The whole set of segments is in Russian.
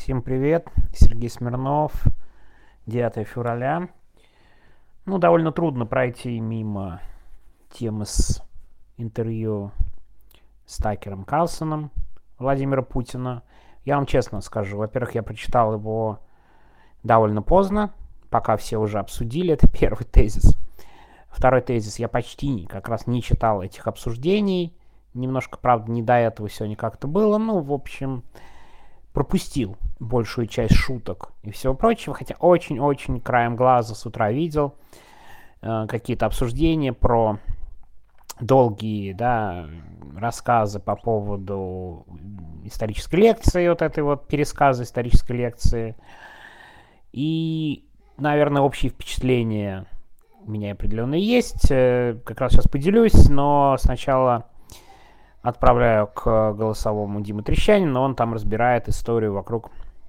Всем привет, Сергей Смирнов, 9 февраля. Довольно трудно пройти мимо темы с интервью с Такером Карлсоном Владимира Путина. Я вам честно скажу, во-первых, я прочитал его довольно поздно, пока все уже обсудили, это первый тезис. Второй тезис, я почти как раз не читал этих обсуждений, немножко, правда, не до этого сегодня как-то было, в общем, пропустил большую часть шуток и всего прочего, хотя очень-очень краем глаза с утра видел какие-то обсуждения про долгие, рассказы по поводу исторической лекции, вот этой вот пересказа исторической лекции. И, наверное, общие впечатления у меня определенно есть. Как раз сейчас поделюсь, но сначала отправляю к голосовому Димы Трещанину, он там разбирает историю вокруг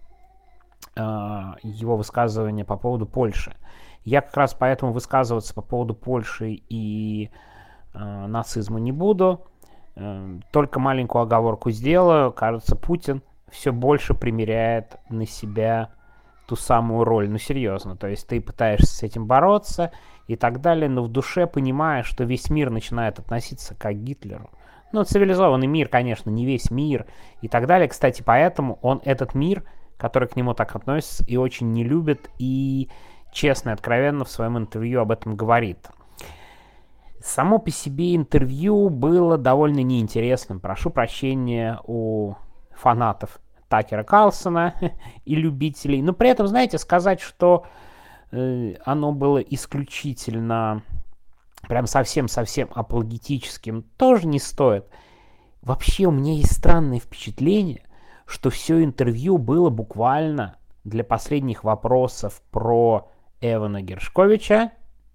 его высказывания по поводу Польши. Я как раз поэтому высказываться по поводу Польши и нацизма не буду. Только маленькую оговорку сделаю. Кажется, Путин все больше примеряет на себя ту самую роль. Серьезно. То есть ты пытаешься с этим бороться и так далее, но в душе понимаешь, что весь мир начинает относиться как к Гитлеру. Цивилизованный мир, конечно, не весь мир и так далее. Кстати, поэтому он этот мир, который к нему так относится, и очень не любит, и честно и откровенно в своем интервью об этом говорит. Само по себе интервью было довольно неинтересным. Прошу прощения у фанатов Такера Карлсона и любителей. Но при этом, знаете, сказать, что оно было исключительно прям совсем-совсем апологетическим, тоже не стоит. Вообще у меня есть странное впечатление, что все интервью было буквально для последних вопросов про Эвана Гершковича.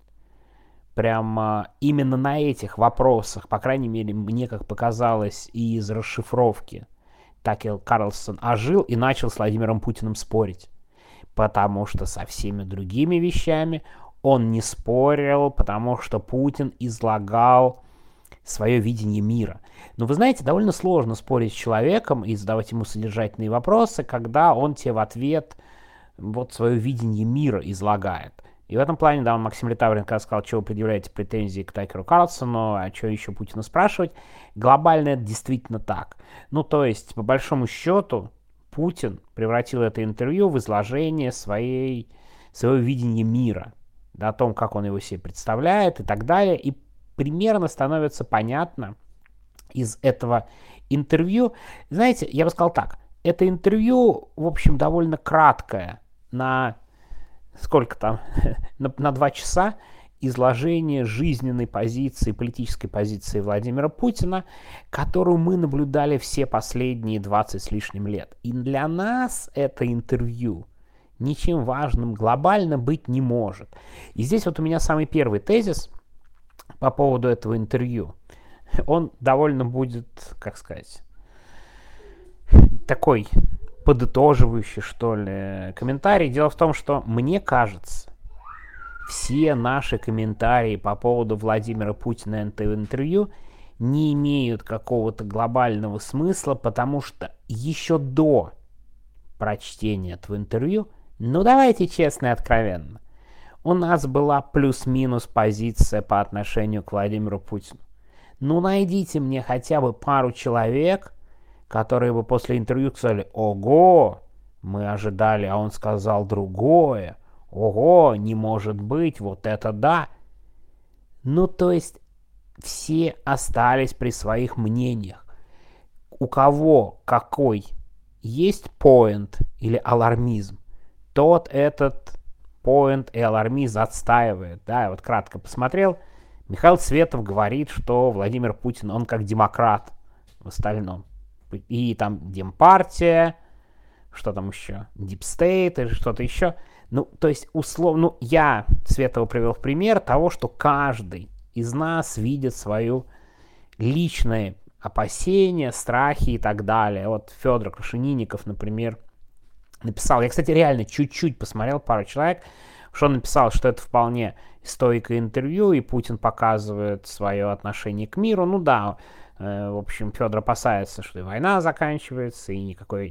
Прямо именно на этих вопросах, по крайней мере, мне как показалось из расшифровки, Такер Карлсон ожил и начал с Владимиром Путиным спорить. Потому что со всеми другими вещами он не спорил, потому что Путин излагал свое видение мира. Но вы знаете, довольно сложно спорить с человеком и задавать ему содержательные вопросы, когда он тебе в ответ вот свое видение мира излагает. И в этом плане, Максим Литавренко сказал, что вы предъявляете претензии к Такеру Карлсону, а что еще Путину спрашивать. Глобально это действительно так. То есть, по большому счету, Путин превратил это интервью в изложение своего видения мира, о том, как он его себе представляет и так далее. И примерно становится понятно из этого интервью. Знаете, я бы сказал так, это интервью, в общем, довольно краткое, на 2 часа изложение жизненной позиции, политической позиции Владимира Путина, которую мы наблюдали все последние 20 с лишним лет. И для нас это интервью ничем важным глобально быть не может. И здесь вот у меня самый первый тезис по поводу этого интервью. Он довольно будет, такой подытоживающий, что ли, комментарий. Дело в том, что мне кажется, все наши комментарии по поводу Владимира Путина и этого интервью не имеют какого-то глобального смысла, потому что еще до прочтения этого интервью, давайте честно и откровенно, у нас была плюс-минус позиция по отношению к Владимиру Путину. Найдите мне хотя бы пару человек, которые бы после интервью сказали: «Ого, мы ожидали, а он сказал другое. Ого, не может быть, вот это да». То есть все остались при своих мнениях. У кого какой есть поинт или алармизм, тот этот поинт и алармизм отстаивает. Я вот кратко посмотрел. Михаил Цветов говорит, что Владимир Путин, он как демократ в остальном. И там Демпартия, что там еще, Дипстейт или что-то еще. То есть, условно, я Цветова привел в пример того, что каждый из нас видит свое личное опасения, страхи и так далее. Вот Федор Крашенинников, например, написал, я, кстати, реально чуть-чуть посмотрел пару человек, что он написал, что это вполне стойкое интервью, и Путин показывает свое отношение к миру. В общем, Федор опасается, что и война заканчивается, и никакой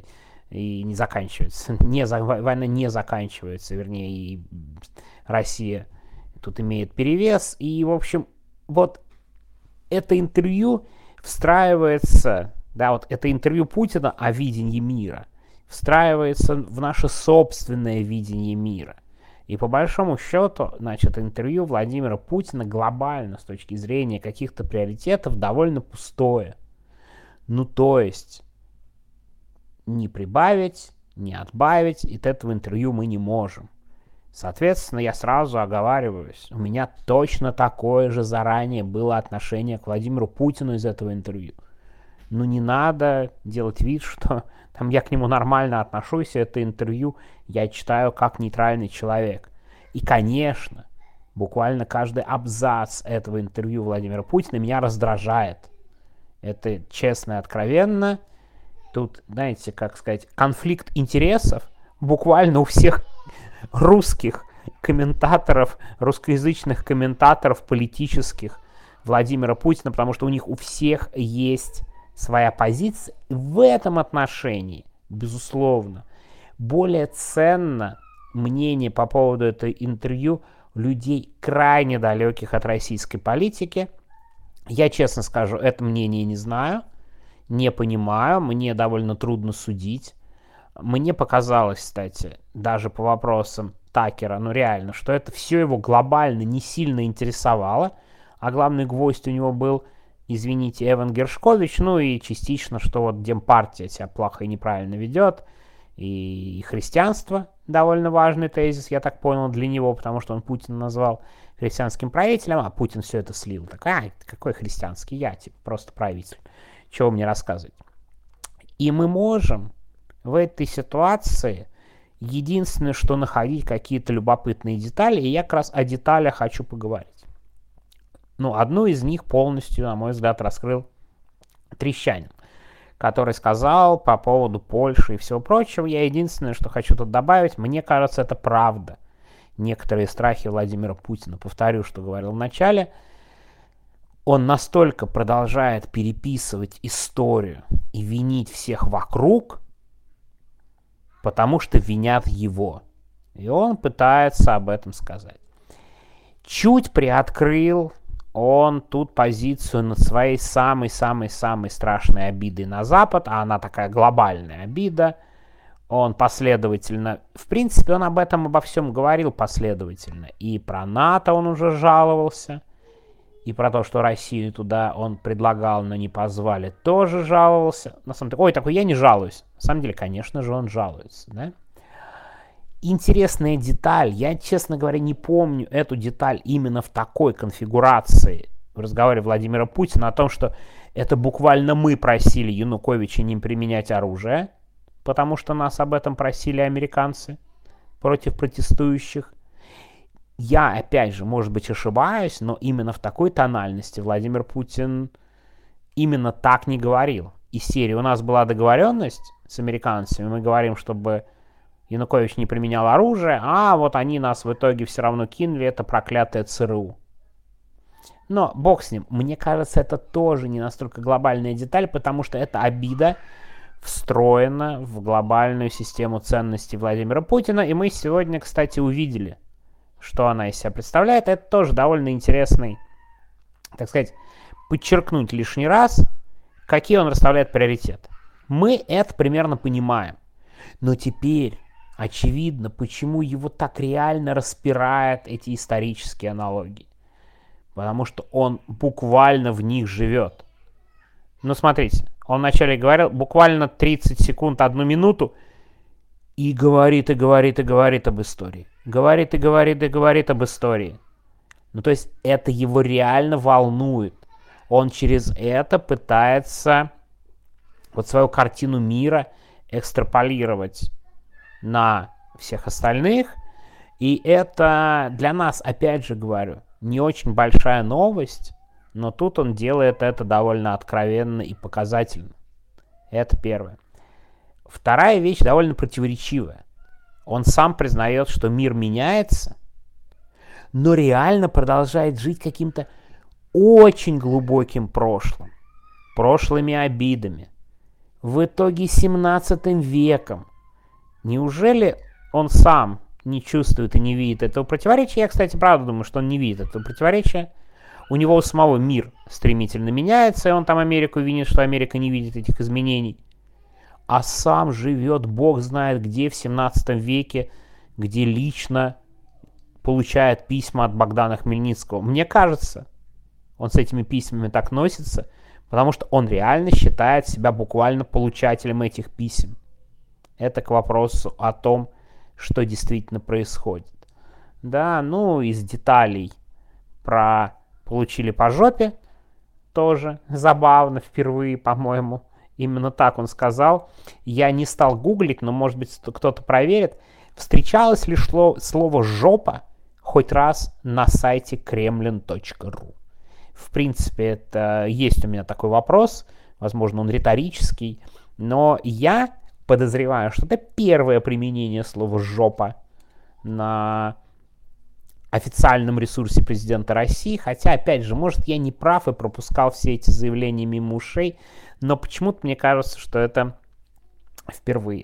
и не заканчивается. Война не заканчивается, вернее, и Россия тут имеет перевес. И, в общем, вот это интервью встраивается, да, вот это интервью Путина о видении мира встраивается в наше собственное видение мира. И по большому счету, значит, интервью Владимира Путина глобально с точки зрения каких-то приоритетов довольно пустое. Ну, то есть, не прибавить, не отбавить, и от этого интервью мы не можем. Соответственно, я сразу оговариваюсь, у меня точно такое же заранее было отношение к Владимиру Путину из этого интервью. Ну, не надо делать вид, что там я к нему нормально отношусь, и это интервью я читаю как нейтральный человек. И, конечно, буквально каждый абзац этого интервью Владимира Путина меня раздражает. Это честно и откровенно. Тут, знаете, как сказать, конфликт интересов буквально у всех русских комментаторов, русскоязычных комментаторов политических Владимира Путина, потому что у них у всех есть своя позиция. И в этом отношении, безусловно, более ценно мнение по поводу этого интервью людей, крайне далеких от российской политики. Я, честно скажу, это мнение не знаю, не понимаю, мне довольно трудно судить. Мне показалось, кстати, даже по вопросам Такера, ну реально, что это все его глобально не сильно интересовало, а главный гвоздь у него был, извините, Эван Гершкович, ну и частично, что вот Демпартия себя плохо и неправильно ведет, и христианство довольно важный тезис, я так понял, для него, потому что он Путина назвал христианским правителем, а Путин все это слил. Так, какой христианский? Я, типа, просто правитель. Чего мне рассказывать? И мы можем в этой ситуации единственное, что находить какие-то любопытные детали, и я как раз о деталях хочу поговорить. Ну, одну из них полностью, на мой взгляд, раскрыл Трещанин, который сказал по поводу Польши и всего прочего. Я единственное, что хочу тут добавить, мне кажется, это правда. Некоторые страхи Владимира Путина, повторю, что говорил в начале, он настолько продолжает переписывать историю и винить всех вокруг, потому что винят его. И он пытается об этом сказать. Чуть приоткрыл он тут позицию над своей самой-самой-самой страшной обидой на Запад, а она такая глобальная обида. Он последовательно, в принципе, он об этом, обо всем говорил последовательно. И про НАТО он уже жаловался, и про то, что Россию туда он предлагал, но не позвали, тоже жаловался. На самом деле, ой, такой, я не жалуюсь. На самом деле, конечно же, он жалуется, да? Интересная деталь, я, честно говоря, не помню эту деталь именно в такой конфигурации в разговоре Владимира Путина о том, что это буквально мы просили Януковича не применять оружие, потому что нас об этом просили американцы против протестующих. Я, опять же, может быть, ошибаюсь, но именно в такой тональности Владимир Путин именно так не говорил. Из серии у нас была договоренность с американцами, мы говорим, чтобы Янукович не применял оружие, а вот они нас в итоге все равно кинули, это проклятое ЦРУ. Но бог с ним, мне кажется, это тоже не настолько глобальная деталь, потому что эта обида встроена в глобальную систему ценностей Владимира Путина, и мы сегодня, кстати, увидели, что она из себя представляет. Это тоже довольно интересный, так сказать, подчеркнуть лишний раз, какие он расставляет приоритеты. Мы это примерно понимаем, но теперь очевидно, почему его так реально распирает эти исторические аналогии. Потому что он буквально в них живет. Ну, смотрите, он вначале говорил буквально 30 секунд, 1 минуту, и говорит, и говорит, и говорит об истории. Говорит, и говорит, и говорит об истории. Ну, то есть, это его реально волнует. Он через это пытается вот свою картину мира экстраполировать на всех остальных. И это для нас, опять же говорю, не очень большая новость, но тут он делает это довольно откровенно и показательно. Это первое. Вторая вещь довольно противоречивая. Он сам признает, что мир меняется, но реально продолжает жить каким-то очень глубоким прошлым. Прошлыми обидами. в итоге 17 веком. Неужели он сам не чувствует и не видит этого противоречия? Я, кстати, правда думаю, что он не видит этого противоречия. У него у самого мир стремительно меняется, и он там Америку винит, что Америка не видит этих изменений. А сам живет, бог знает где, в 17 веке, где лично получает письма от Богдана Хмельницкого. Мне кажется, он с этими письмами так носится, потому что он реально считает себя буквально получателем этих писем. Это к вопросу о том, что действительно происходит. Да, ну, из деталей про получили по жопе тоже забавно, впервые, по-моему. Именно так он сказал. Я не стал гуглить, но, может быть, кто-то проверит. Встречалось ли слово «жопа» хоть раз на сайте kremlin.ru? В принципе, это есть у меня такой вопрос. Возможно, он риторический. Но я подозреваю, что это первое применение слова «жопа» на официальном ресурсе президента России. Хотя, опять же, может, я не прав и пропускал все эти заявления мимо ушей, но почему-то мне кажется, что это впервые.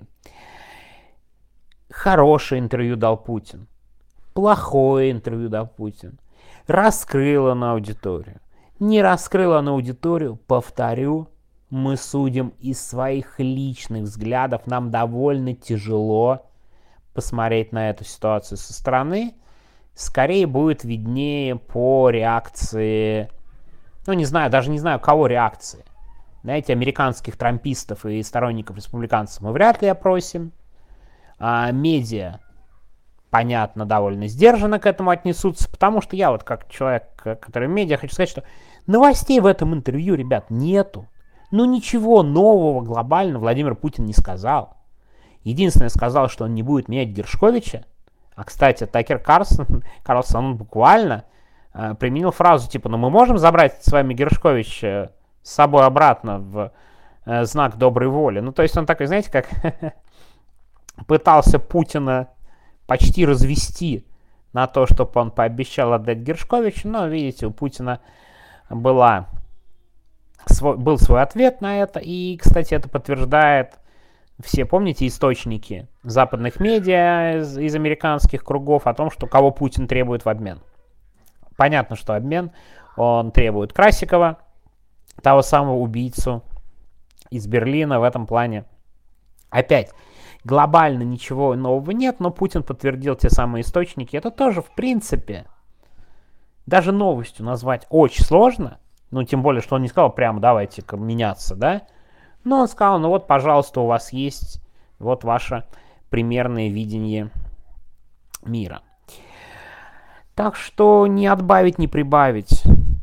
Хорошее интервью дал Путин. Плохое интервью дал Путин. Раскрыло на аудиторию. Не раскрыло на аудиторию, повторю, мы судим из своих личных взглядов. Нам довольно тяжело посмотреть на эту ситуацию со стороны. Скорее будет виднее по реакции, ну не знаю, даже не знаю, кого реакции. Знаете, американских трампистов и сторонников республиканцев мы вряд ли опросим. А медиа, понятно, довольно сдержанно к этому отнесутся, потому что я вот как человек, который в медиа, хочу сказать, что новостей в этом интервью, ребят, нету. Ну ничего нового, глобального Владимир Путин не сказал. Единственное, сказал, что он не будет менять Гершковича. А, кстати, Такер Карлсон, он буквально применил фразу типа, ну мы можем забрать с вами Гершковича с собой обратно в знак доброй воли. Ну то есть он такой, знаете, как пытался Путина почти развести на то, чтобы он пообещал отдать Гершковичу, но, видите, у Путина был свой ответ на это, и, кстати, это подтверждает все, помните, источники западных медиа из американских кругов о том, что кого Путин требует в обмен. Понятно, что обмен он требует Красикова, того самого убийцу из Берлина в этом плане. Опять, глобально ничего нового нет, но Путин подтвердил те самые источники. Это тоже, в принципе, даже новостью назвать очень сложно. Ну, тем более, что он не сказал прямо, давайте-ка меняться, да? Но он сказал, ну вот, пожалуйста, у вас есть вот ваше примерное видение мира. Так что не отбавить, не прибавить.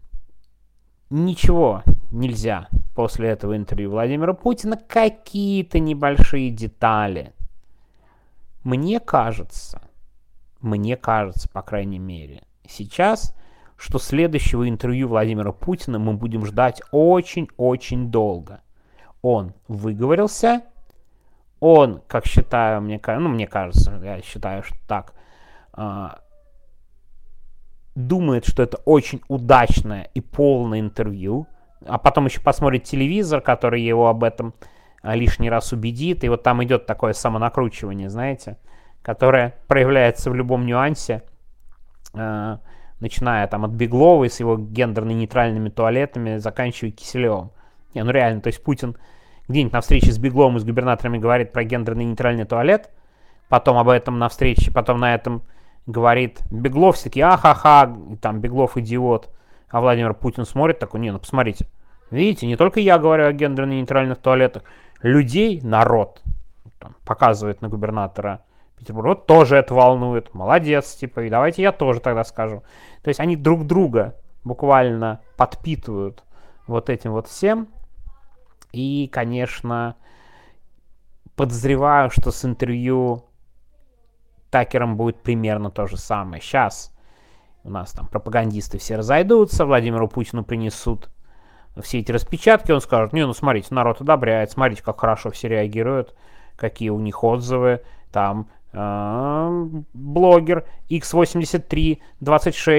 Ничего нельзя после этого интервью Владимира Путина. Какие-то небольшие детали. Мне кажется, по крайней мере, сейчас, что следующего интервью Владимира Путина мы будем ждать очень-очень долго. Он выговорился, он, как считаю, мне кажется, я считаю, что так, думает, что это очень удачное и полное интервью, а потом еще посмотрит телевизор, который его об этом лишний раз убедит, и вот там идет такое самонакручивание, знаете, которое проявляется в любом нюансе, начиная там от Беглова с его гендерно-нейтральными туалетами, заканчивая Киселевым. Не, ну реально, то есть Путин где-нибудь на встрече с Бегловым и с губернаторами говорит про гендерно-нейтральный туалет, потом об этом на встрече, потом на этом говорит Беглов, все такие, ахаха, там Беглов идиот, а Владимир Путин смотрит такой, не, ну посмотрите, видите, не только я говорю о гендерно-нейтральных туалетах, людей, народ, там, показывает на губернатора Петербурга, вот тоже это волнует, молодец, типа, и давайте я тоже тогда скажу. То есть они друг друга буквально подпитывают вот этим вот всем. И, конечно, подозреваю, что с интервью Такером будет примерно то же самое. Сейчас у нас там пропагандисты все разойдутся, Владимиру Путину принесут все эти распечатки, он скажет, не, ну смотрите, народ одобряет, смотрите, как хорошо все реагируют, какие у них отзывы, там блогер X8326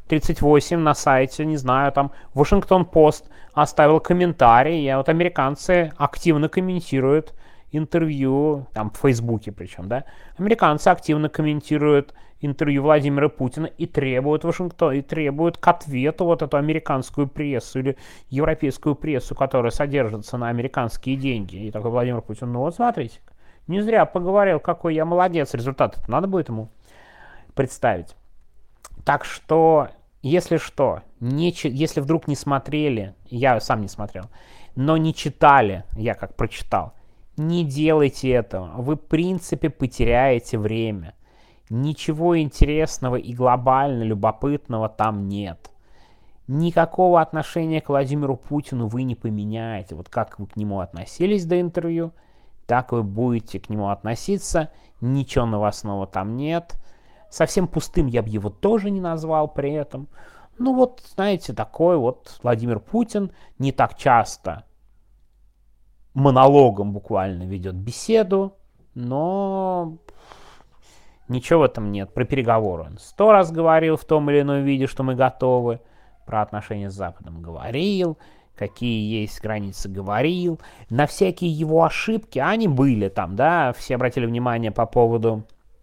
38 на сайте, не знаю, там Вашингтон-Пост оставил комментарий, и вот американцы активно комментируют интервью, там в Фейсбуке причем, да, американцы активно комментируют интервью Владимира Путина и требуют к ответу вот эту американскую прессу или европейскую прессу, которая содержится на американские деньги. И такой Владимир Путин, ну вот смотрите, не зря поговорил, какой я молодец, результат надо будет ему представить. Так что, если что, если вдруг не смотрели, я сам не смотрел, но не читали, я как прочитал, не делайте этого. Вы, в принципе, потеряете время. Ничего интересного и глобально любопытного там нет. Никакого отношения к Владимиру Путину вы не поменяете. Вот как вы к нему относились до интервью, так вы будете к нему относиться. Ничего новостного там нет. Совсем пустым я бы его тоже не назвал при этом. Ну вот, знаете, такой вот Владимир Путин не так часто монологом буквально ведет беседу, но ничего в этом нет. Про переговоры он 100 раз говорил в том или ином виде, что мы готовы. Про отношения с Западом говорил. Какие есть границы говорил. На всякие его ошибки, они были там, да, все обратили внимание по поводу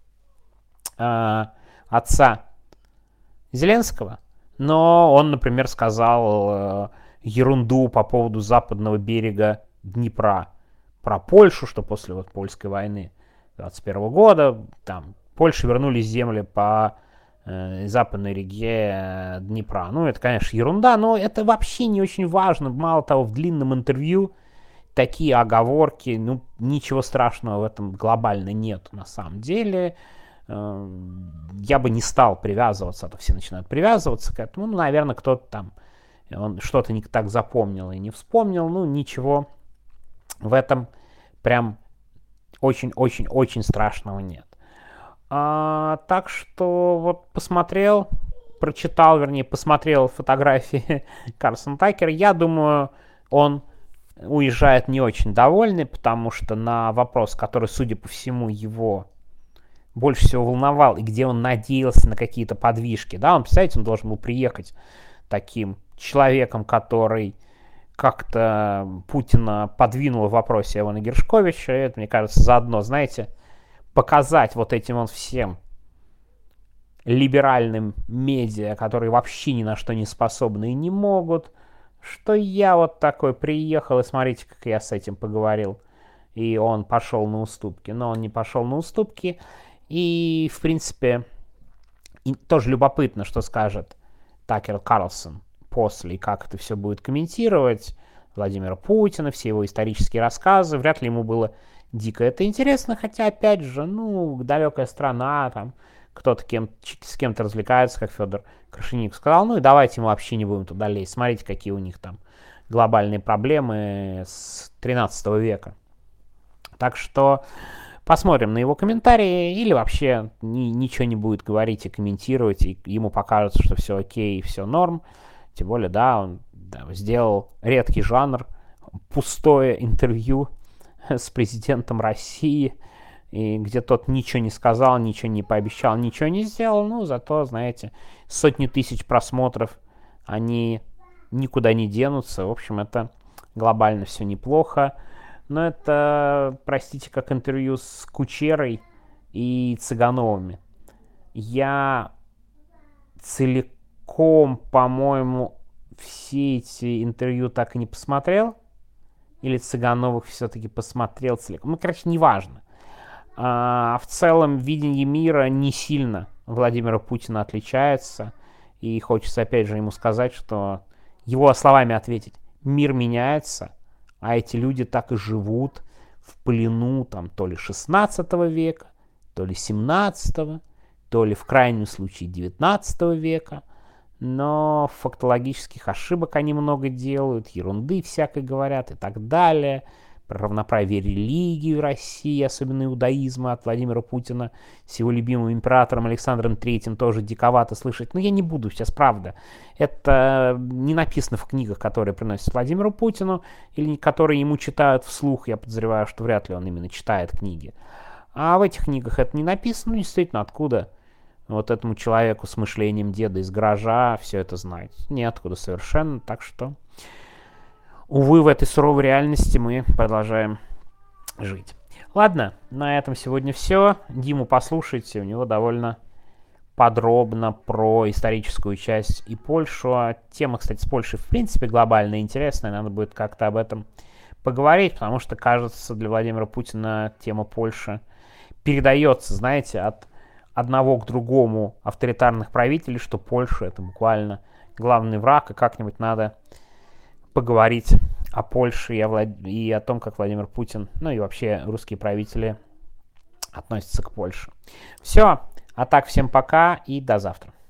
отца Зеленского. Но он, например, сказал ерунду по поводу западного берега Днепра, про Польшу, что после вот польской войны 21 года там Польше вернулись земли по западной реке Днепра. Ну, это, конечно, ерунда, но это вообще не очень важно. Мало того, в длинном интервью такие оговорки, ну, ничего страшного в этом глобально нет на самом деле. Я бы не стал привязываться, а то все начинают привязываться к этому. Ну, наверное, кто-то там он что-то не так запомнил и не вспомнил. Ну, ничего в этом прям очень-очень-очень страшного нет. Так что вот посмотрел фотографии Карлсона Такера. Я думаю, он уезжает не очень довольный, потому что на вопрос, который, судя по всему, его больше всего волновал, и где он надеялся на какие-то подвижки, да, он, представляете, он должен был приехать таким человеком, который как-то Путина подвинул в вопросе Ивана Гершковича. Это, мне кажется, заодно, знаете, показать вот этим вот всем либеральным медиа, которые вообще ни на что не способны и не могут, что я вот такой приехал, и смотрите, как я с этим поговорил. И он пошел на уступки. Но он не пошел на уступки. И, в принципе, тоже любопытно, что скажет Такер Карлсон после, и как это все будет комментировать Владимира Путина, все его исторические рассказы. Вряд ли ему было дико это интересно, хотя, опять же, ну, далекая страна, там, кто-то с кем-то развлекается, как Федор Крашенинников сказал, ну и давайте мы вообще не будем туда лезть, смотрите, какие у них там глобальные проблемы с 13 века. Так что посмотрим на его комментарии, или вообще ничего не будет говорить и комментировать, и ему покажется, что все окей, все норм. Тем более, да, он сделал редкий жанр, пустое интервью с президентом России, и где тот ничего не сказал, ничего не пообещал, ничего не сделал. Ну, зато, знаете, сотни тысяч просмотров, они никуда не денутся. В общем, это глобально все неплохо. Но это, простите, как интервью с Кучерой и Цыгановыми. Я целиком, по-моему, все эти интервью так и не посмотрел. Или Цыгановых все-таки посмотрел целиком. Ну, короче, неважно. В целом, видение мира не сильно Владимира Путина отличается. И хочется, опять же, ему сказать, что его словами ответить. Мир меняется, а эти люди так и живут в плену там, то ли 16 века, то ли 17, то ли в крайнем случае 19 века. Но фактологических ошибок они много делают, ерунды всякой говорят и так далее. Про равноправие религии в России, особенно иудаизма от Владимира Путина с его любимым императором Александром III тоже диковато слышать. Но я не буду сейчас, правда. Это не написано в книгах, которые приносят Владимиру Путину, или которые ему читают вслух. Я подозреваю, что вряд ли он именно читает книги. А в этих книгах это не написано. Ну, действительно, откуда вот этому человеку с мышлением деда из гаража все это знать. Неоткуда совершенно, так что, увы, в этой суровой реальности мы продолжаем жить. Ладно, на этом сегодня все. Диму послушайте, у него довольно подробно про историческую часть и Польшу. Тема, кстати, с Польшей в принципе глобально интересная, надо будет как-то об этом поговорить, потому что, кажется, для Владимира Путина тема Польши передается, знаете, от одного к другому авторитарных правителей, что Польша — это буквально главный враг, и как-нибудь надо поговорить о Польше и о том, как Владимир Путин, ну и вообще русские правители относятся к Польше. Все, а так всем пока и до завтра.